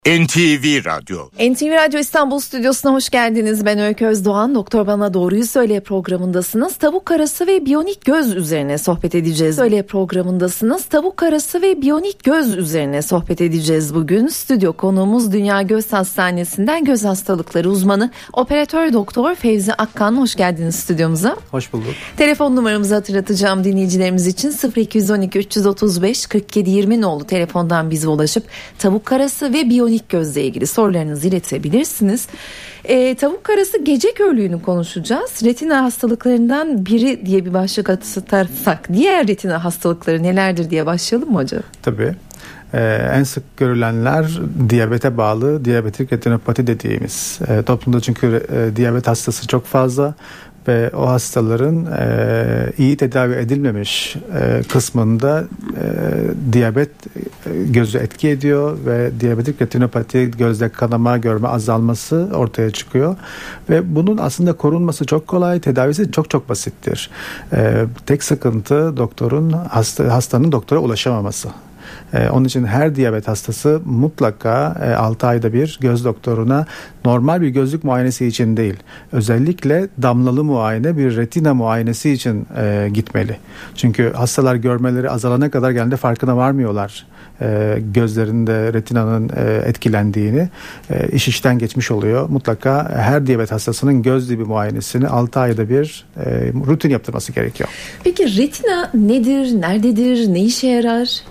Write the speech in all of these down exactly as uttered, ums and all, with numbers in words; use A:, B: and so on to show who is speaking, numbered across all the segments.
A: N T V Radyo.
B: N T V Radyo İstanbul Stüdyosu'na hoş geldiniz. Ben Öykü Özdoğan. Doktor Bana Doğruyu Söyle programındasınız. Tavuk arası ve biyonik göz üzerine sohbet edeceğiz. Söyle programındasınız. Tavuk arası ve biyonik göz üzerine sohbet edeceğiz bugün. Stüdyo konuğumuz Dünya Göz Hastanesi'nden göz hastalıkları uzmanı Operatör Doktor Fevzi Akkan. Hoş geldiniz stüdyomuza.
C: Hoş bulduk.
B: Telefon numaramızı hatırlatacağım dinleyicilerimiz için sıfır iki on iki üç otuz beş kırk yedi yirmi nolu telefondan bize ulaşıp tavuk arası ve biyonik gözle ilgili sorularınızı iletebilirsiniz. E, tavuk karası gece körlüğünü konuşacağız. Retina hastalıklarından biri diye bir başlık atarsak diğer retina hastalıkları nelerdir diye başlayalım mı hocam?
C: Tabii. Ee, en sık görülenler diyabete bağlı diyabetik retinopati dediğimiz. Ee, toplumda çünkü e, diyabet hastası çok fazla ve o hastaların e, iyi tedavi edilmemiş e, kısmında e, diyabet e, gözü etki ediyor ve diyabetik retinopati, gözde kanama, görme azalması ortaya çıkıyor ve bunun aslında korunması çok kolay, tedavisi çok çok basittir. E, tek sıkıntı doktorun hasta, hastanın doktora ulaşamaması. Ee, onun için her diyabet hastası mutlaka e, altı ayda bir göz doktoruna normal bir gözlük muayenesi için değil, özellikle damlalı muayene, bir retina muayenesi için e, gitmeli. Çünkü hastalar görmeleri azalana kadar genelde farkına varmıyorlar. E, gözlerinde retinanın e, etkilendiğini, e, iş işten geçmiş oluyor. Mutlaka her diyabet hastasının göz dibi muayenesini altı ayda bir e, rutin yaptırması gerekiyor.
B: Peki retina nedir, nerededir, ne işe yarar?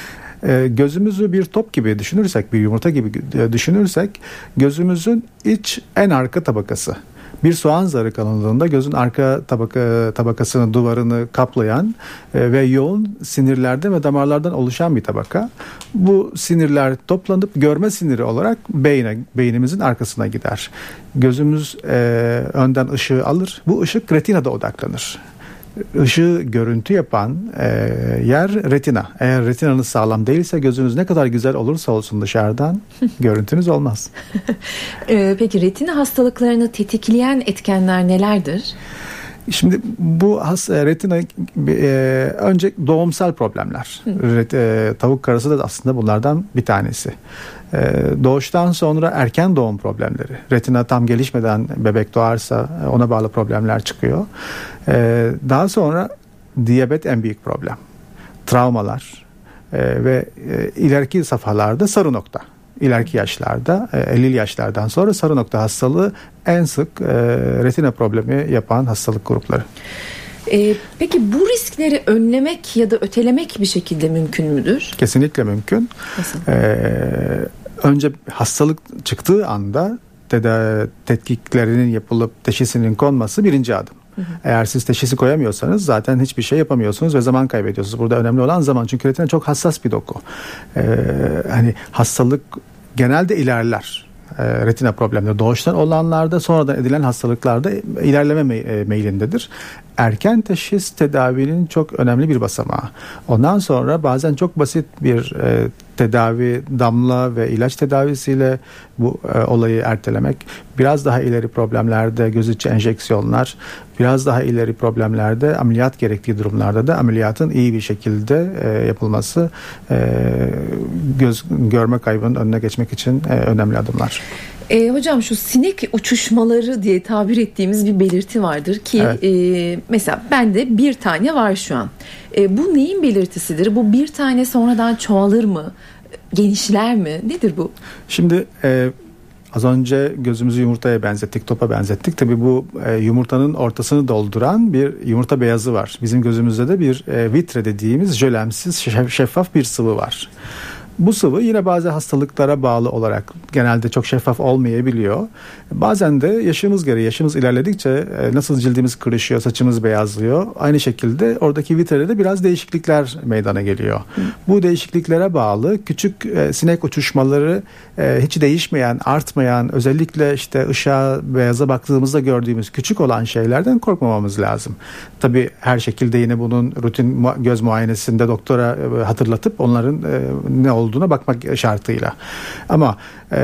C: E, gözümüzü bir top gibi düşünürsek, bir yumurta gibi düşünürsek, gözümüzün iç en arka tabakası. Bir soğan zarı kalınlığında gözün arka tabaka, tabakasını, duvarını kaplayan e, ve yoğun sinirlerden ve damarlardan oluşan bir tabaka. Bu sinirler toplanıp görme siniri olarak beyne, beynimizin arkasına gider. Gözümüz e, önden ışığı alır. Bu ışık retinada odaklanır. Işığı görüntü yapan e, yer retina. Eğer retinanız sağlam değilse gözünüz ne kadar güzel olursa olsun dışarıdan görüntünüz olmaz.
B: e, peki retina hastalıklarını tetikleyen etkenler nelerdir?
C: Şimdi bu has, retina e, önce doğumsal problemler. Ret, e, tavuk karası da aslında bunlardan bir tanesi. E, doğuştan sonra erken doğum problemleri. Retina tam gelişmeden bebek doğarsa ona bağlı problemler çıkıyor. E, daha sonra diyabet en büyük problem. Travmalar e, ve e, ileriki safhalarda sarı nokta. İleriki yaşlarda, elli yaşlardan sonra sarı nokta hastalığı en sık e, retina problemi yapan hastalık grupları.
B: Ee, peki bu riskleri önlemek ya da ötelemek bir şekilde mümkün müdür?
C: Kesinlikle mümkün.
B: Nasıl?
C: Ee, önce hastalık çıktığı anda teda- tetkiklerinin yapılıp teşhisinin konması birinci adım. Hı hı. Eğer siz teşhisi koyamıyorsanız zaten hiçbir şey yapamıyorsunuz ve zaman kaybediyorsunuz. Burada önemli olan zaman, çünkü retina çok hassas bir doku. Ee, hani hastalık genelde ilerler. E, retina problemleri doğuştan olanlarda, sonradan edilen hastalıklarda ilerleme me- meylindedir. Erken teşhis tedavinin çok önemli bir basamağı. Ondan sonra bazen çok basit bir e, tedavi, damla ve ilaç tedavisiyle bu e, olayı ertelemek. Biraz daha ileri problemlerde göz içi enjeksiyonlar, biraz daha ileri problemlerde ameliyat gerektiği durumlarda da ameliyatın iyi bir şekilde e, yapılması e, göz görme kaybının önüne geçmek için e, önemli adımlar.
B: E, hocam şu sinek uçuşmaları diye tabir ettiğimiz bir belirti vardır ki evet. e, mesela bende bir tane var şu an. E, bu neyin belirtisidir? Bu bir tane sonradan çoğalır mı? Genişler mi? Nedir bu?
C: Şimdi e, az önce gözümüzü yumurtaya benzettik, topa benzettik. Tabii bu e, yumurtanın ortasını dolduran bir yumurta beyazı var. Bizim gözümüzde de bir e, vitre dediğimiz jölemsiz şeffaf bir sıvı var. Bu sıvı yine bazı hastalıklara bağlı olarak genelde çok şeffaf olmayabiliyor. Bazen de yaşımız gereği, yaşımız ilerledikçe nasıl cildimiz kırışıyor, saçımız beyazlıyor, aynı şekilde oradaki vitrede de biraz değişiklikler meydana geliyor. Hı. Bu değişikliklere bağlı küçük e, sinek uçuşmaları e, hiç değişmeyen, artmayan, özellikle işte ışığa, beyaza baktığımızda gördüğümüz küçük olan şeylerden korkmamamız lazım. Tabii her şekilde yine bunun rutin göz muayenesinde doktora e, hatırlatıp onların e, ne olduğunu olduğuna bakmak şartıyla. Ama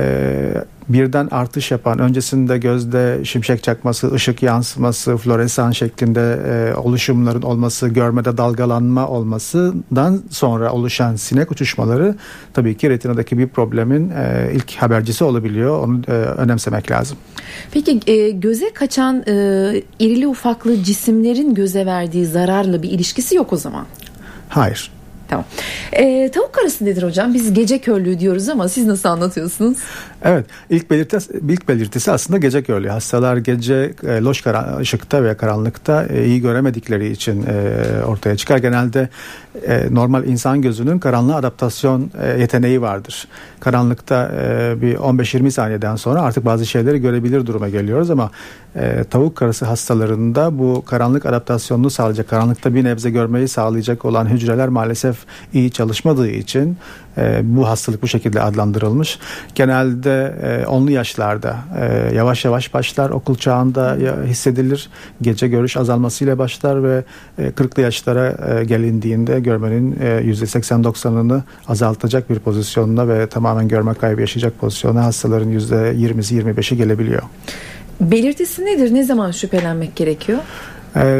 C: e, birden artış yapan, öncesinde gözde şimşek çakması, ışık yansıması, floresan şeklinde e, oluşumların olması, görmede dalgalanma olmasından sonra oluşan sinek uçuşmaları tabii ki retinadaki bir problemin e, ilk habercisi olabiliyor. Onu e, önemsemek lazım.
B: Peki e, göze kaçan e, irili ufaklı cisimlerin göze verdiği zararla bir ilişkisi yok o zaman?
C: Hayır.
B: Tamam. E, tavuk karası nedir hocam? Biz gece körlüğü diyoruz ama siz nasıl anlatıyorsunuz?
C: Evet, ilk belirtisi, ilk belirtisi aslında gece körlüğü. Hastalar gece e, loş karan, ışıkta veya karanlıkta e, iyi göremedikleri için e, ortaya çıkar. Genelde e, normal insan gözünün karanlığa adaptasyon e, yeteneği vardır. Karanlıkta e, bir on beş yirmi saniyeden sonra artık bazı şeyleri görebilir duruma geliyoruz ama e, tavuk karası hastalarında bu karanlık adaptasyonunu sağlayacak, karanlıkta bir nebze görmeyi sağlayacak olan hücreler maalesef iyi çalışmadığı için e, bu hastalık bu şekilde adlandırılmış. Genelde e, onlu yaşlarda e, yavaş yavaş başlar, okul çağında hissedilir, gece görüş azalmasıyla başlar ve e, kırklı yaşlara e, gelindiğinde görmenin e, yüzde seksen doksanını azaltacak bir pozisyonuna ve tamamen görme kaybı yaşayacak pozisyona hastaların yüzde yirmisi yirmi beşi gelebiliyor.
B: Belirtisi nedir? Ne zaman şüphelenmek gerekiyor?
C: Ee,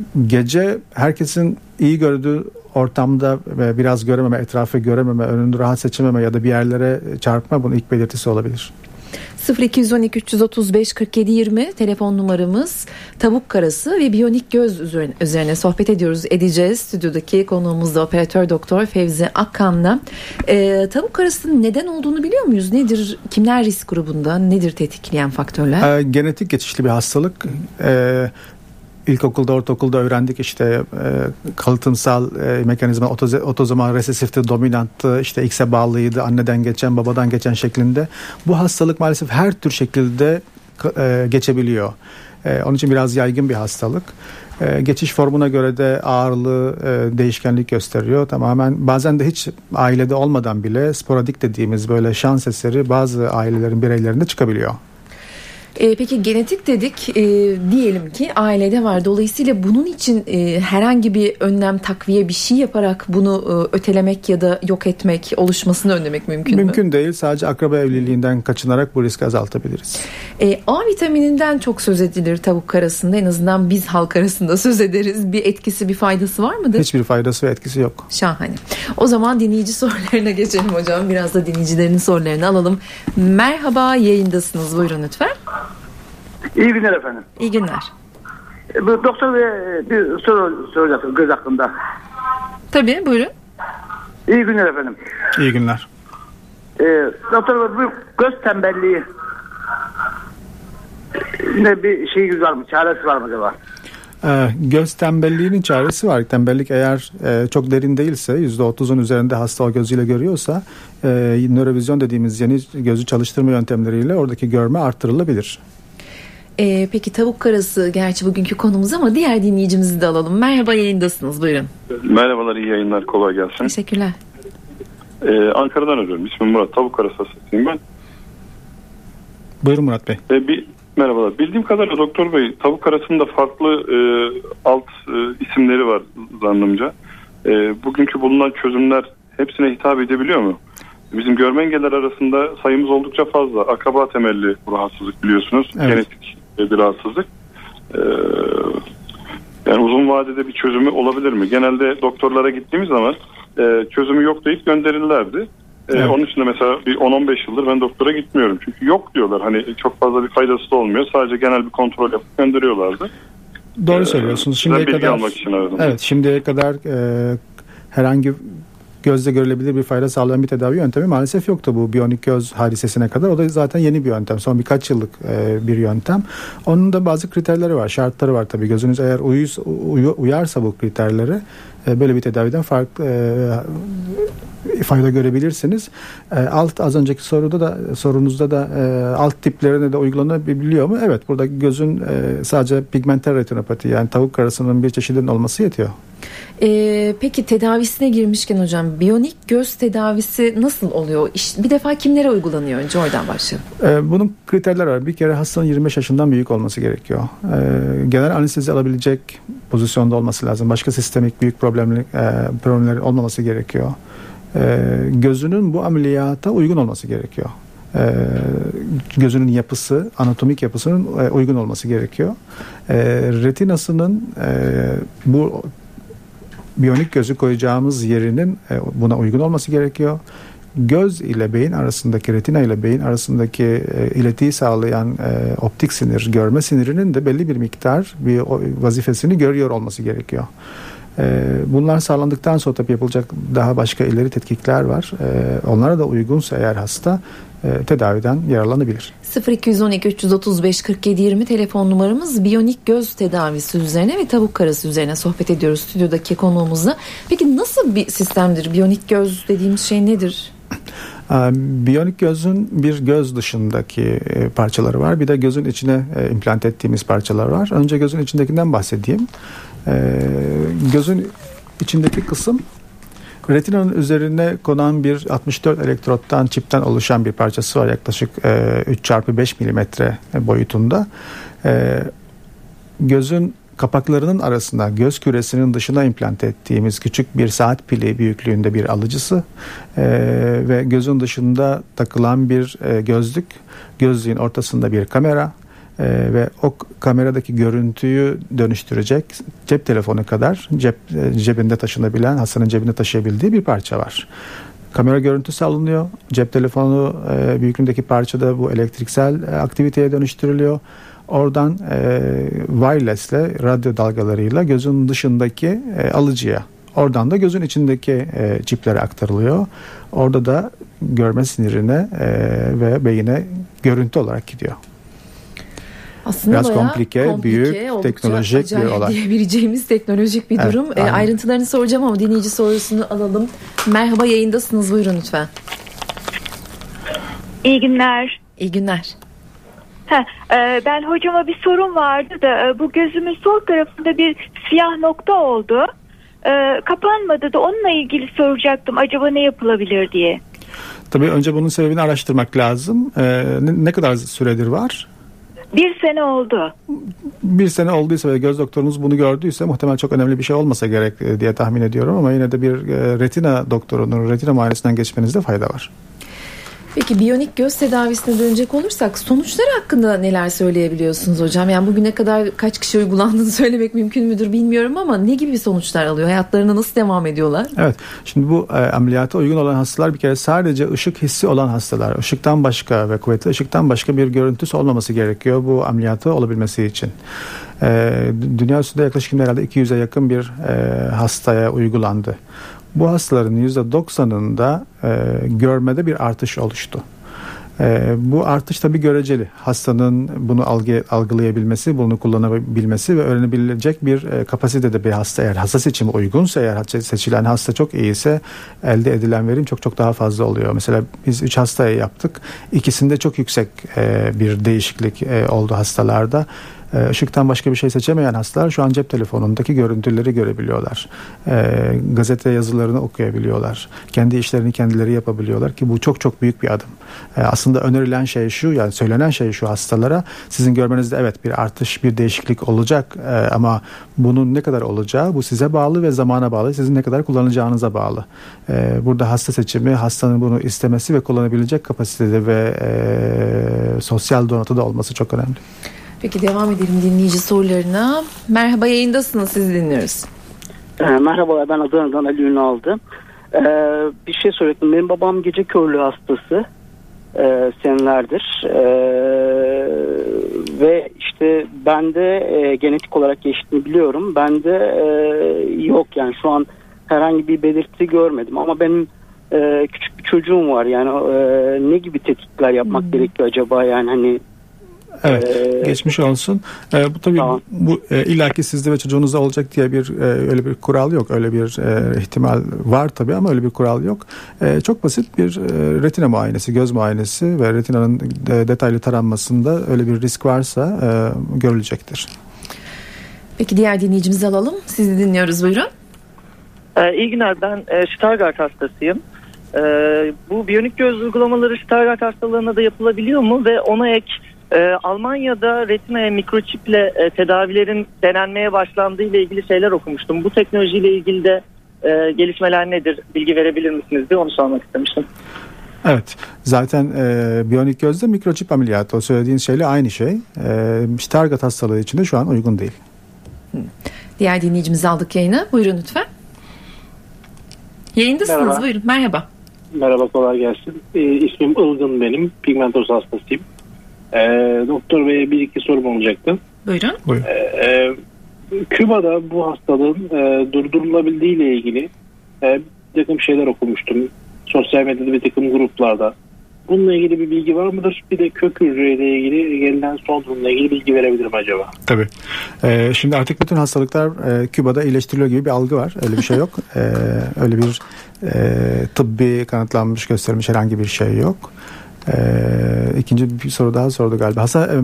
C: gece herkesin iyi gördüğü ortamda ve biraz görememe, etrafı görememe, önünü rahat seçememe ya da bir yerlere çarpma bunun ilk belirtisi olabilir.
B: sıfır iki on iki üç otuz beş kırk yedi yirmi telefon numaramız. Tavuk karası ve biyonik göz üzerine, üzerine sohbet ediyoruz, edeceğiz. Stüdyodaki konuğumuz da operatör doktor Fevzi Akkan'la. Ee, tavuk karasının neden olduğunu biliyor muyuz? Nedir? Kimler risk grubunda? Nedir tetikleyen faktörler?
C: Ee, genetik geçişli bir hastalık. Ee, İlkokulda, ortaokulda öğrendik işte e, kalıtımsal e, mekanizma otoze, otozomal resesifti, dominanttı, işte X'e bağlıydı, anneden geçen, babadan geçen şeklinde. Bu hastalık maalesef her tür şekilde e, geçebiliyor. E, onun için biraz yaygın bir hastalık. E, geçiş formuna göre de ağırlığı e, değişkenlik gösteriyor. Tamamen bazen de hiç ailede olmadan bile sporadik dediğimiz böyle şans eseri bazı ailelerin bireylerinde çıkabiliyor.
B: E, peki genetik dedik, e, diyelim ki ailede var. Dolayısıyla bunun için e, herhangi bir önlem, takviye bir şey yaparak bunu e, ötelemek ya da yok etmek, oluşmasını önlemek mümkün mü?
C: Mümkün değil. Sadece akraba evliliğinden kaçınarak bu riski azaltabiliriz.
B: E, A vitamininden çok söz edilir tavuk karasında. En azından biz halk arasında söz ederiz. Bir etkisi, bir faydası var mıdır?
C: Hiçbir faydası ve etkisi yok.
B: Şahane. O zaman dinleyici sorularına geçelim hocam. Biraz da dinleyicilerin sorularını alalım. Merhaba, yayındasınız. Buyurun lütfen.
A: İyi günler efendim.
B: İyi günler.
A: E, bu doktor Bey bir soru soracaktım göz hakkında.
B: Tabii, buyurun.
A: İyi günler efendim.
C: İyi günler.
A: E, doktor Bey bu göz tembelliği ne bir şey var mı? Çaresi var mı acaba?
C: Ee, göz tembelliğinin çaresi var. Tembellik eğer e, çok derin değilse, yüzde otuzun üzerinde hasta o gözüyle görüyorsa e, nörovizyon dediğimiz yeni gözü çalıştırma yöntemleriyle oradaki görme arttırılabilir.
B: Ee, peki tavuk karası gerçi bugünkü konumuz ama diğer dinleyicimizi de alalım. Merhaba, yayındasınız. Buyurun.
D: Merhabalar, iyi yayınlar. Kolay gelsin.
B: Teşekkürler.
D: Ee, Ankara'dan arıyorum. İsmim Murat. Tavuk karası hastasıyım ben.
C: Buyurun Murat Bey.
D: Ee, bir, merhabalar. Bildiğim kadarıyla doktor bey tavuk karasında farklı e, alt e, isimleri var zannımca. E, bugünkü bulunan çözümler hepsine hitap edebiliyor mu? Bizim görme engelliler arasında sayımız oldukça fazla. Akraba temelli bu rahatsızlık biliyorsunuz. Evet. Genetik bir rahatsızlık. Ee, yani uzun vadede bir çözümü olabilir mi? Genelde doktorlara gittiğimiz zaman e, çözümü yok deyip gönderirlerdi. E, evet. Onun için de mesela bir on on beş yıldır ben doktora gitmiyorum. Çünkü yok diyorlar. Hani çok fazla bir faydası da olmuyor. Sadece genel bir kontrol yapıp gönderiyorlardı.
C: Doğru söylüyorsunuz. Şimdiye
D: bilgi
C: kadar
D: almak için aradım.
C: Evet, şimdiye kadar e, herhangi gözle görülebilir bir fayda sağlayan bir tedavi yöntemi maalesef yoktu bu biyonik göz hadisesine kadar. O da zaten yeni bir yöntem. Son birkaç yıllık e, bir yöntem. Onun da bazı kriterleri var, şartları var tabii. Gözünüz eğer uyuz, uy, uyarsa bu kriterlere e, böyle bir tedaviden farklı e, fayda görebilirsiniz. E, alt az önceki soruda da sorunuzda da e, alt tiplerine de uygulanabiliyor mu? Evet, burada gözün e, sadece pigmentel retinopati yani tavuk karasının bir çeşidinin olması yetiyor.
B: Ee, peki tedavisine girmişken hocam biyonik göz tedavisi nasıl oluyor? İşte bir defa kimlere uygulanıyor? Önce oradan başlayalım.
C: Ee, bunun kriterleri var. Bir kere hastanın yirmi beş yaşından büyük olması gerekiyor. Ee, genel anestezi alabilecek pozisyonda olması lazım. Başka sistemik büyük problemli, e, problemlerin olmaması gerekiyor. e, gözünün bu ameliyata uygun olması gerekiyor. E, gözünün yapısı, anatomik yapısının e, uygun olması gerekiyor. E, retinasının e, bu biyonik gözü koyacağımız yerinin e, buna uygun olması gerekiyor. Göz ile beyin arasındaki, retina ile beyin arasındaki e, iletiyi sağlayan e, optik sinir, görme sinirinin de belli bir miktar bir o, vazifesini görüyor olması gerekiyor. E, bunlar sağlandıktan sonra tabii yapılacak daha başka ileri tetkikler var. E, onlara da uygunsa eğer hasta e, tedaviden yararlanabilir.
B: sıfır iki on iki üç otuz beş kırk yedi yirmi telefon numaramız. Biyonik göz tedavisi üzerine ve tavuk karası üzerine sohbet ediyoruz stüdyodaki konuğumuzla. Peki nasıl bir sistemdir? Biyonik göz dediğimiz şey nedir?
C: Biyonik gözün bir göz dışındaki parçaları var. Bir de gözün içine implant ettiğimiz parçalar var. Önce gözün içindekinden bahsedeyim. Gözün içindeki kısım retinanın üzerine konan bir altmış dört elektrottan, çipten oluşan bir parçası var. Yaklaşık üç çarpı beş milimetre boyutunda. Gözün kapaklarının arasında göz küresinin dışına implant ettiğimiz küçük bir saat pili büyüklüğünde bir alıcısı e, ve gözün dışında takılan bir e, gözlük, gözlüğün ortasında bir kamera e, ve o kameradaki görüntüyü dönüştürecek cep telefonu kadar cep e, cebinde taşınabilen, hastanın cebinde taşıyabildiği bir parça var. Kamera görüntüsü alınıyor. Cep telefonu e, büyüklüğündeki parçada bu elektriksel e, aktiviteye dönüştürülüyor. Oradan e, wireless'le, radyo dalgalarıyla gözün dışındaki e, alıcıya, oradan da gözün içindeki e, çiplere aktarılıyor. Orada da görme sinirine e, ve beyine görüntü olarak gidiyor.
B: Aslında
C: biraz komplike, komplike, büyük, teknolojik bir olay.
B: Diyebileceğimiz teknolojik bir evet, durum. E, ayrıntılarını soracağım ama dinleyici sorusunu alalım. Merhaba, yayındasınız. Buyurun lütfen.
E: İyi günler.
B: İyi günler.
E: Heh, e, ben hocama bir sorum vardı da e, bu gözümün sol tarafında bir siyah nokta oldu. E, kapanmadı da onunla ilgili soracaktım. Acaba ne yapılabilir diye.
C: Tabii önce bunun sebebini araştırmak lazım. E, ne, ne kadar süredir var?
E: Bir sene oldu.
C: Bir sene olduysa ve göz doktorunuz bunu gördüyse muhtemelen çok önemli bir şey olmasa gerek diye tahmin ediyorum. Ama yine de bir e, retina doktorunun retina muayenesinden geçmenizde fayda var.
B: Peki biyonik göz tedavisine dönecek olursak sonuçları hakkında neler söyleyebiliyorsunuz hocam? Yani bugüne kadar kaç kişi uygulandığını söylemek mümkün müdür bilmiyorum ama ne gibi sonuçlar alıyor? Hayatlarına nasıl devam ediyorlar?
C: Evet. Şimdi bu e, ameliyata uygun olan hastalar bir kere sadece ışık hissi olan hastalar. Işıktan başka ve kuvvetli ışıktan başka bir görüntüsü olmaması gerekiyor bu ameliyatı olabilmesi için. E, dünya üstünde yaklaşık herhalde iki yüze yakın bir e, hastaya uygulandı. Bu hastaların yüzde doksanında e, görmede bir artış oluştu. E, bu artış tabii göreceli. Hastanın bunu algı, algılayabilmesi, bunu kullanabilmesi ve öğrenebilecek bir e, kapasitede bir hasta. Eğer hasta seçimi uygunsa, eğer seçilen hasta çok iyiyse elde edilen verim çok çok daha fazla oluyor. Mesela biz üç hastaya yaptık. İkisinde çok yüksek e, bir değişiklik e, oldu hastalarda. Işıktan başka bir şey seçemeyen hastalar şu an cep telefonundaki görüntüleri görebiliyorlar. E, gazete yazılarını okuyabiliyorlar. Kendi işlerini kendileri yapabiliyorlar ki bu çok çok büyük bir adım. E, aslında önerilen şey şu, yani söylenen şey şu hastalara, sizin görmenizde evet bir artış, bir değişiklik olacak e, ama bunun ne kadar olacağı bu size bağlı ve zamana bağlı. Sizin ne kadar kullanacağınıza bağlı. E, burada hasta seçimi, hastanın bunu istemesi ve kullanabilecek kapasitede ve e, sosyal donatıda olması çok önemli.
B: Peki devam edelim dinleyici sorularına. Merhaba, yayındasınız, sizi dinliyoruz.
F: E, merhabalar, ben Adana'dan Ali Ünal'dı. E, bir şey soracaktım. Benim babam gece körlüğü hastası e, senelerdir. E, ve işte bende e, genetik olarak geçtiğini biliyorum. Bende e, yok yani şu an herhangi bir belirti görmedim. Ama benim e, küçük bir çocuğum var. Yani e, ne gibi tetkikler yapmak hmm. gerekiyor acaba yani hani.
C: Evet, ee, geçmiş olsun. Ee, bu tabii tamam. bu e, illaki sizde ve çocuğunuzda olacak diye bir e, öyle bir kural yok. Öyle bir e, ihtimal var tabii ama öyle bir kural yok. E, çok basit bir e, retina muayenesi, göz muayenesi ve retinanın de, detaylı taranmasında öyle bir risk varsa e, görülecektir.
B: Peki diğer dinleyicimizi alalım. Sizi dinliyoruz, buyurun.
G: Ee, iyi günler, ben e, Stargardt hastasıyım. E, bu biyonik göz uygulamaları Stargardt hastalarına da yapılabiliyor mu ve ona ek Ee, Almanya'da retinaya mikroçiple e, tedavilerin denenmeye başlandığı ile ilgili şeyler okumuştum. Bu teknolojiyle ilgili de e, gelişmeler nedir? Bilgi verebilir misiniz diye onu sormak istemiştim.
C: Evet, zaten e, biyonik gözde mikroçip ameliyatı, o söylediğin şeyle aynı şey. E, Stargardt hastalığı için de şu an uygun değil.
B: Diğer dinleyicimizi aldık yayına. Buyurun lütfen. Yayındasınız.
H: Merhaba.
B: Buyurun. Merhaba.
H: Merhaba, kolay gelsin. E, ismim Ilgın benim. Pigmentoz hastasıyım. E, doktor Bey'e bir iki sorum olacaktı.
B: Buyurun.
C: Buyurun.
H: E, e, Küba'da bu hastalığın e, durdurulabildiği ile ilgili e, bir takım şeyler okumuştum. Sosyal medyada bir takım gruplarda. Bununla ilgili bir bilgi var mıdır? Bir de kök hücreyle ilgili gelinen son durumla ilgili bilgi verebilirim acaba?
C: Tabii. Ee, şimdi artık bütün hastalıklar e, Küba'da iyileştiriliyor gibi bir algı var. Öyle bir şey yok. Ee, öyle bir e, tıbbi kanıtlanmış, gösterilmiş herhangi bir şey yok. Ee, ikinci bir soru daha sordu galiba. Hasta e,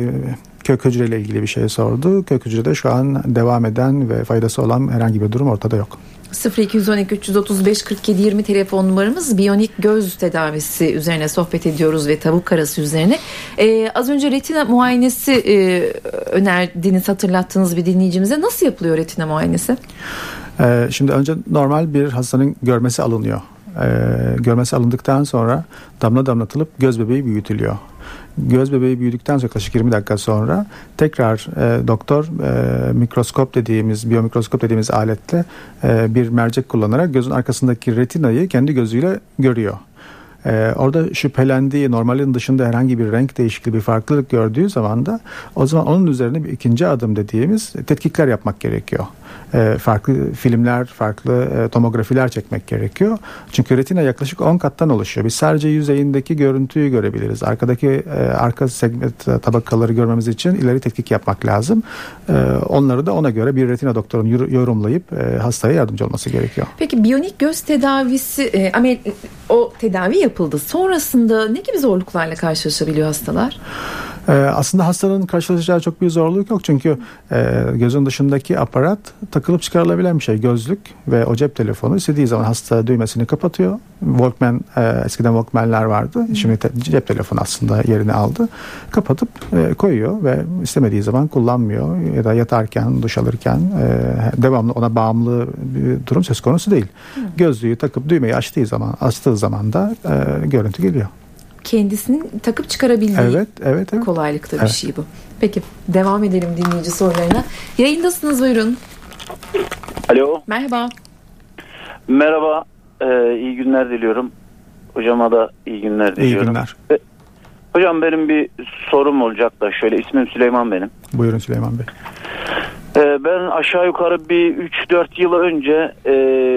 C: kök hücreyle ilgili bir şey sordu. Kök hücrede şu an devam eden ve faydası olan herhangi bir durum ortada yok.
B: sıfır iki on iki üç otuz beş kırk yedi yirmi telefon numaramız. Biyonik göz tedavisi üzerine sohbet ediyoruz ve tavuk karası üzerine. Ee, az önce retina muayenesi e, önerdiğiniz, hatırlattığınız bir dinleyicimize nasıl yapılıyor retina muayenesi?
C: Ee, şimdi önce normal bir hastanın görmesi alınıyor. Ee, görmesi alındıktan sonra damla damlatılıp göz bebeği büyütülüyor. Göz bebeği büyüdükten sonra yaklaşık yirmi dakika sonra tekrar e, doktor e, mikroskop dediğimiz, biyomikroskop dediğimiz aletle e, bir mercek kullanarak gözün arkasındaki retinayı kendi gözüyle görüyor. Ee, orada şüphelendiği, normalin dışında herhangi bir renk değişikliği, bir farklılık gördüğü zaman da o zaman onun üzerine bir ikinci adım dediğimiz tetkikler yapmak gerekiyor. Ee, farklı filmler, farklı e, tomografiler çekmek gerekiyor. Çünkü retina yaklaşık on kattan oluşuyor. Biz sadece yüzeyindeki görüntüyü görebiliriz. Arkadaki e, arka segment tabakaları görmemiz için ileri tetkik yapmak lazım. E, onları da ona göre bir retina doktorunun yorumlayıp e, hastaya yardımcı olması gerekiyor.
B: Peki biyonik göz tedavisi, e, amel, o tedavi yapıldı. Sonrasında ne gibi zorluklarla karşılaşabiliyor hastalar?
C: Ee, aslında hastanın karşılaşacağı çok bir zorluk yok. Çünkü e, gözün dışındaki aparat takılıp çıkarılabilen bir şey. Gözlük ve o cep telefonu istediği zaman hasta düğmesini kapatıyor. Walkman, e, eskiden Walkman'ler vardı. Şimdi te- cep telefonu aslında yerini aldı. Kapatıp e, koyuyor ve istemediği zaman kullanmıyor. Ya da yatarken, duş alırken e, devamlı ona bağımlı bir durum söz konusu değil. Hı. Gözlüğü takıp düğmeyi açtığı zaman, açtığı zaman da e, görüntü geliyor.
B: Kendisinin takıp çıkarabildiği
C: evet, evet, evet.
B: kolaylıkta bir
C: evet.
B: şey bu. Peki devam edelim dinleyici sorularına. Yayındasınız, buyurun.
I: Alo.
B: Merhaba.
I: Merhaba. Ee, iyi günler diliyorum. Hocama da iyi günler diliyorum.
C: İyi günler.
I: Ve, hocam benim bir sorum olacak da şöyle, ismim Süleyman benim.
C: Buyurun Süleyman Bey.
I: Ee, ben aşağı yukarı bir üç dört yıl önce e,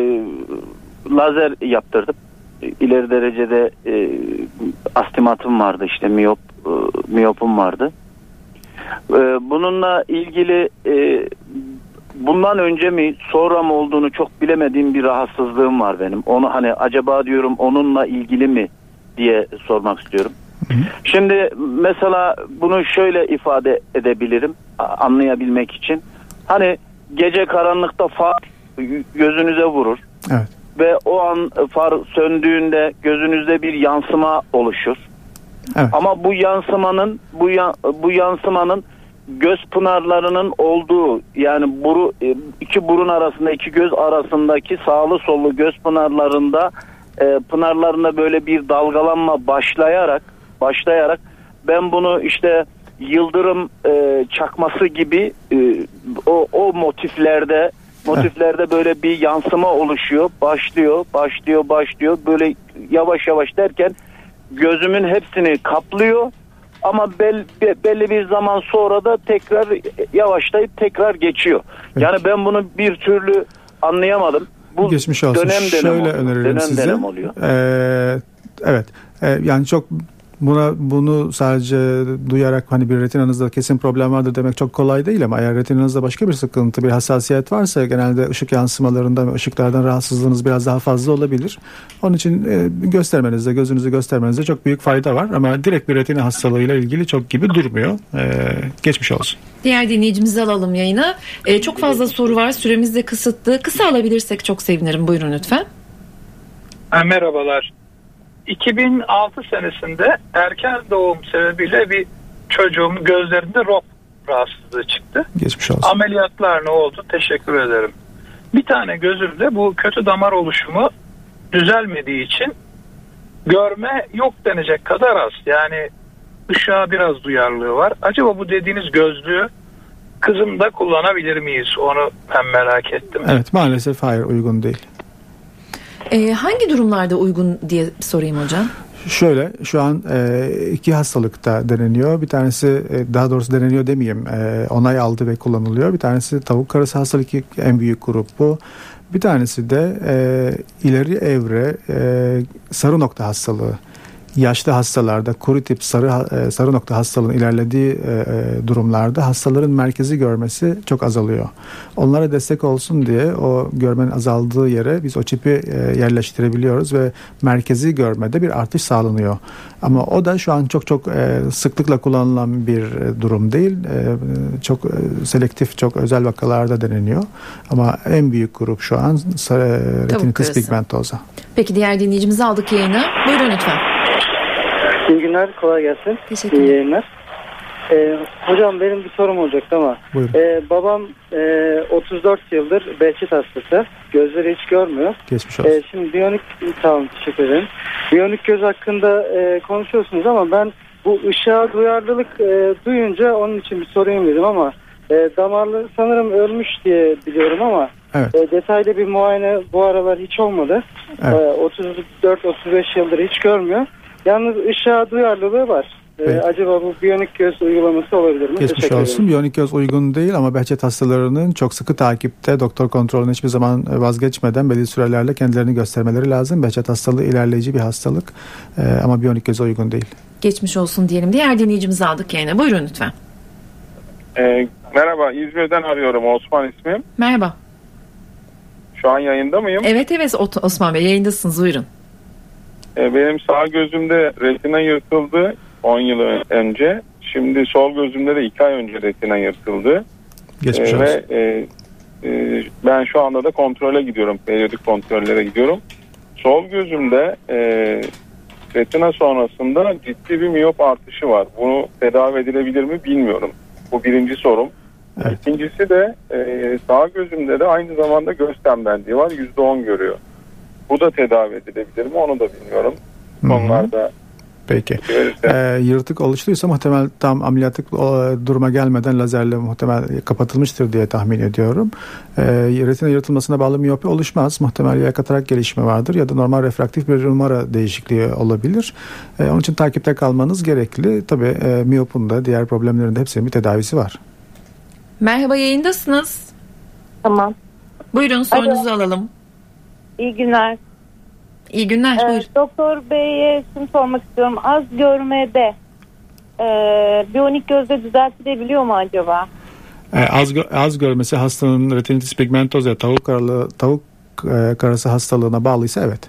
I: lazer yaptırdım. İleri derecede e, astigmatım vardı, işte miyop e, miyopum vardı. E, bununla ilgili e, bundan önce mi sonra mı olduğunu çok bilemediğim bir rahatsızlığım var benim. Onu hani acaba diyorum onunla ilgili mi diye sormak istiyorum. Hı hı. Şimdi mesela bunu şöyle ifade edebilirim anlayabilmek için. Hani gece karanlıkta far gözünüze vurur.
C: Evet.
I: Ve o an far söndüğünde gözünüzde bir yansıma oluşur.
C: Evet.
I: Ama bu yansımanın bu ya, bu yansımanın göz pınarlarının olduğu, yani buru, iki burun arasında, iki göz arasındaki sağlı sollu göz pınarlarında e, pınarlarında böyle bir dalgalanma başlayarak başlayarak ben bunu işte yıldırım e, çakması gibi e, o, o motiflerde motiflerde böyle bir yansıma oluşuyor. Başlıyor, başlıyor, başlıyor. Böyle yavaş yavaş derken gözümün hepsini kaplıyor. Ama bel, belli bir zaman sonra da tekrar yavaşlayıp tekrar geçiyor. Yani ben bunu bir türlü anlayamadım. Bu
C: geçmiş olsun.
I: Dönem dönem
C: Şöyle
I: oluyor.
C: öneririm
I: dönem
C: size.
I: Dönem oluyor.
C: Ee, evet. Ee, yani çok Buna bunu sadece duyarak hani bir retinanızda kesin problem vardır demek çok kolay değil, ama eğer retinanızda başka bir sıkıntı, bir hassasiyet varsa genelde ışık yansımalarından ve ışıklardan rahatsızlığınız biraz daha fazla olabilir. Onun için e, göstermenizde, gözünüzü göstermenizde çok büyük fayda var, ama direkt bir retina hastalığıyla ilgili çok gibi durmuyor. E, geçmiş olsun.
B: Diğer dinleyicimizi alalım yayına. E, çok fazla soru var, süremiz de kısıtlı. Kısa alabilirsek çok sevinirim. Buyurun lütfen.
J: Ha, merhabalar. iki bin altı senesinde erken doğum sebebiyle bir çocuğum gözlerinde R O P rahatsızlığı çıktı.
C: Geçmiş olsun.
J: Ameliyatlar ne oldu? Teşekkür ederim. Bir tane gözümde bu kötü damar oluşumu düzelmediği için görme yok denecek kadar az. Yani ışığa biraz duyarlılığı var. Acaba bu dediğiniz gözlüğü kızımda kullanabilir miyiz? Onu ben merak ettim.
C: Evet, maalesef hayır, uygun değil.
B: Ee, hangi durumlarda uygun diye sorayım hocam?
C: Şöyle, şu an e, iki hastalıkta deneniyor. Bir tanesi, e, daha doğrusu deneniyor demeyeyim, e, onay aldı ve kullanılıyor. Bir tanesi tavuk karası hastalığı, en büyük grup bu. Bir tanesi de e, ileri evre e, sarı nokta hastalığı. Yaşlı hastalarda kuru tip sarı sarı nokta hastalığının ilerlediği e, durumlarda hastaların merkezi görmesi çok azalıyor. Onlara destek olsun diye o görmenin azaldığı yere biz o çipi e, yerleştirebiliyoruz ve merkezi görmede bir artış sağlanıyor. Ama o da şu an çok çok e, sıklıkla kullanılan bir durum değil. E, çok e, selektif, çok özel vakalarda deneniyor. Ama en büyük grup şu an sarı retinitis pigmentosa.
B: Peki diğer dinleyicimizi aldık yayına. Buyurun lütfen.
K: İyi günler, kolay gelsin.
B: Teşekkürler.
K: İyi yayınlar. Ee, hocam benim bir sorum olacaktı ama e, babam e, otuz dört yıldır Behçet hastası. Gözleri hiç görmüyor.
C: Geçmiş olsun.
K: E, şimdi biyonik, tamam teşekkür ederim. Biyonik göz hakkında e, konuşuyorsunuz ama ben bu ışığa duyarlılık e, duyunca onun için bir sorayım dedim ama e, damarlı sanırım ölmüş diye biliyorum ama
C: evet.
K: e, detaylı bir muayene bu aralar hiç olmadı. Evet. E, otuz dört otuz beş yıldır hiç görmüyor. Yalnız ışığa duyarlılığı var. Ee, acaba bu biyonik göz uygulaması olabilir mi?
C: Geçmiş olsun. Biyonik göz uygun değil ama Behçet hastalarının çok sıkı takipte, doktor kontrolünü hiçbir zaman vazgeçmeden belli sürelerle kendilerini göstermeleri lazım. Behçet hastalığı ilerleyici bir hastalık ee, ama biyonik göze uygun değil.
B: Geçmiş olsun diyelim. Diğer dinleyicimizi aldık yayına. Buyurun lütfen.
L: Ee, merhaba, İzmir'den arıyorum. Osman ismim.
B: Merhaba.
L: Şu an yayında mıyım?
B: Evet evet Osman Bey, yayındasınız. Buyurun.
L: Benim sağ gözümde retina yırtıldı on yıl önce. Şimdi sol gözümde de iki ay önce retina yırtıldı.
C: Geçmiş olsun.
L: Ve e, e, ben şu anda da kontrole gidiyorum. Periyodik kontrollere gidiyorum. Sol gözümde e, retina sonrasında ciddi bir miyop artışı var. Bunu tedavi edilebilir mi bilmiyorum. Bu birinci sorum. Evet. İkincisi de e, sağ gözümde de aynı zamanda göz tembelliği var. yüzde on görüyor. Bu da tedavi edilebilir mi onu da bilmiyorum. Onlarda.
C: Peki. Ee, yırtık oluştuysa muhtemel tam ameliyatlık duruma gelmeden lazerle muhtemel kapatılmıştır diye tahmin ediyorum. Ee, retina yırtılmasına bağlı miyopi oluşmaz. Muhtemel ya katarak gelişimi vardır ya da normal refraktif bir numara değişikliği olabilir. Ee, onun için takipte kalmanız gerekli. Tabii e, miyopun da diğer problemlerin de hepsinin bir tedavisi var.
B: Merhaba, yayındasınız.
M: Tamam.
B: Buyurun sorunuzu alalım.
M: İyi günler.
B: İyi günler.
M: Ee,
B: buyurun.
M: Doktor Bey'e şunu sormak istiyorum. Az görmede e, biyonik gözde düzeltilebiliyor mu acaba?
C: Ee, az, gö- az görmesi hastanın retinitis pigmentosa, tavuk karalı, tavuk e, karası hastalığına bağlıysa evet.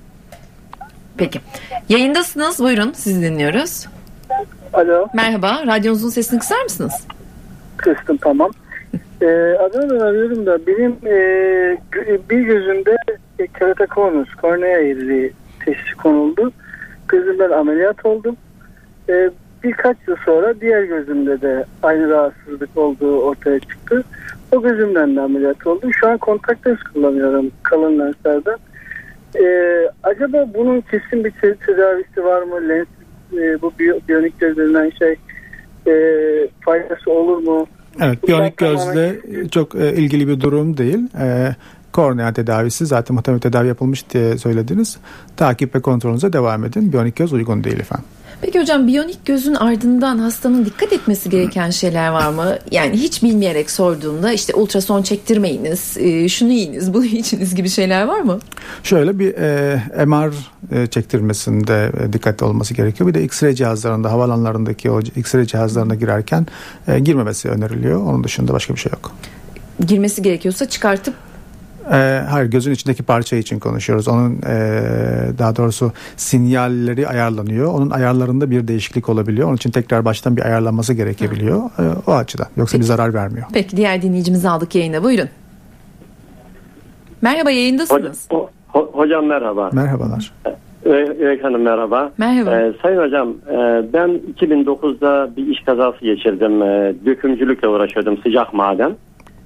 B: Peki. Yayındasınız. Buyurun. Sizi dinliyoruz.
K: Alo.
B: Merhaba. Radyonuzun sesini kısar mısınız?
K: Kıstım, tamam. Ee, adını arıyorum da benim e, bir gözümde e, keratokonus, kornea eğriliği teşhisi konuldu. Gözümden ameliyat oldum. E, birkaç yıl sonra diğer gözümde de aynı rahatsızlık olduğu ortaya çıktı. O gözümden de ameliyat oldum. Şu an kontak lens kullanıyorum kalın lenslerden. E, acaba bunun kesin bir tedavisi var mı? Lens, e, bu biyonik göz denilen şey e, faydası olur mu?
C: Evet, biyonik gözle çok e, ilgili bir durum değil. E, kornea tedavisi zaten muhtemelen tedavi yapılmış diye söylediniz. Takip ve kontrolünüze devam edin. Biyonik göz uygun değil efendim.
B: Peki hocam, biyonik gözün ardından hastanın dikkat etmesi gereken şeyler var mı? Yani hiç bilmeyerek sorduğunda işte ultrason çektirmeyiniz, e, şunu yiyiniz, bunu içiniz gibi şeyler var mı?
C: Şöyle bir e, M R e, çektirmesinde e, dikkatli olması gerekiyor. Bir de X-ray cihazlarında, havalanlarındaki o X-ray cihazlarına girerken e, girmemesi öneriliyor. Onun dışında başka bir şey yok.
B: Girmesi gerekiyorsa çıkartıp
C: E, hayır, gözün içindeki parça için konuşuyoruz. Onun e, daha doğrusu sinyalleri ayarlanıyor. Onun ayarlarında bir değişiklik olabiliyor. Onun için tekrar baştan bir ayarlanması gerekebiliyor. E, o açıdan. Yoksa Peki. bir zarar vermiyor.
B: Peki, diğer dinleyicimizi aldık yayına. Buyurun. Merhaba, yayındasınız.
N: Ho- ho- hocam merhaba.
C: Merhabalar.
N: Öykü Hanım merhaba.
B: Merhaba.
N: Ee, Sayın hocam, e, ben iki bin dokuzda bir iş kazası geçirdim. E, dökümcülükle uğraşıyordum, sıcak maden.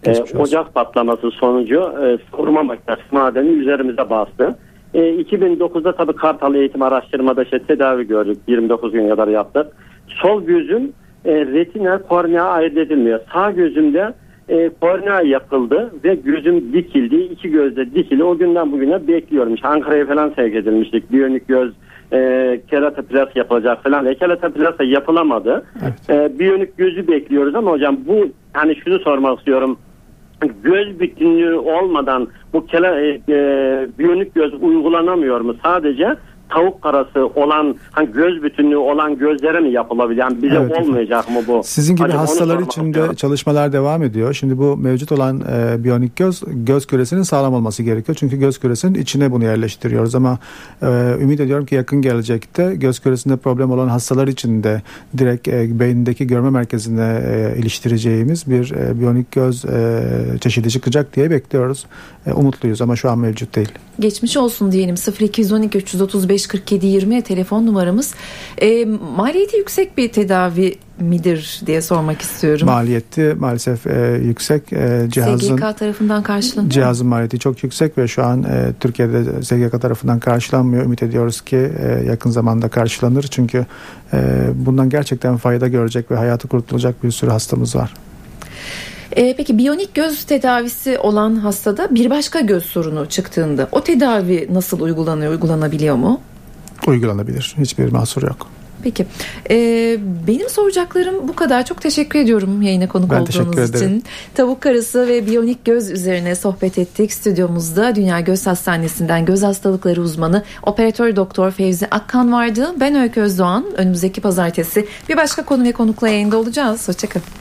N: E, ocak patlaması sonucu e, savurma makinesi madeni üzerimize bastı. E, iki bin dokuzda tabii Kartal Eğitim Araştırma'da işte tedavi gördük. yirmi dokuz gün kadar yaptık. Sol gözüm e, retina kornea ayırt edilmiyor. Sağ gözümde e, kornea yapıldı ve gözüm dikildi. İki gözde dikili. O günden bugüne bekliyorum. İşte Ankara'ya falan sevk edilmiştik. Biyonik göz e, keratoplasti yapılacak falan. E, keratoplasti yapılamadı. Evet. E, biyonik gözü bekliyoruz ama hocam bu hani şunu sormak istiyorum. Göz bütünlüğü olmadan bu kele, e, e, biyonik göz uygulanamıyor mu? Sadece tavuk karası olan, hani göz bütünlüğü olan gözlere mi yapılabilir? Yani bize evet, olmayacak mı bu?
C: Sizin gibi
N: Acaba
C: hastalar için de istiyorum. Çalışmalar devam ediyor. Şimdi bu mevcut olan e, biyonik göz, göz küresinin sağlam olması gerekiyor. Çünkü göz küresinin içine bunu yerleştiriyoruz ama e, ümit ediyorum ki yakın gelecekte göz küresinde problem olan hastalar için de direkt e, beyindeki görme merkezine e, iliştireceğimiz bir e, biyonik göz e, çeşidi çıkacak diye bekliyoruz. E, umutluyuz ama şu an mevcut değil.
B: Geçmiş olsun diyelim. sıfır iki yüz on iki üç yüz otuz beş kırk yedi yirmi telefon numaramız. E, maliyeti yüksek bir tedavi midir diye sormak istiyorum.
C: Maliyeti maalesef e, yüksek. E, cihazın,
B: S G K tarafından karşılanıyor.
C: Cihazın maliyeti çok yüksek ve şu an e, Türkiye'de S G K tarafından karşılanmıyor. Ümit ediyoruz ki e, yakın zamanda karşılanır. Çünkü e, bundan gerçekten fayda görecek ve hayatı kurtulacak bir sürü hastamız var.
B: E, peki biyonik göz tedavisi olan hastada bir başka göz sorunu çıktığında o tedavi nasıl uygulanıyor, uygulanabiliyor mu?
C: Uygulanabilir. Hiçbir mahsur yok.
B: Peki. Ee, benim soracaklarım bu kadar. Çok teşekkür ediyorum yayına konuk
C: ben
B: olduğunuz için. Tavuk karası ve biyonik göz üzerine sohbet ettik. Stüdyomuzda Dünya Göz Hastanesi'nden göz hastalıkları uzmanı operatör doktor Fevzi Akkan vardı. Ben Öykü Özdoğan. Önümüzdeki pazartesi bir başka konu ve konukla yayında olacağız. Hoşçakalın.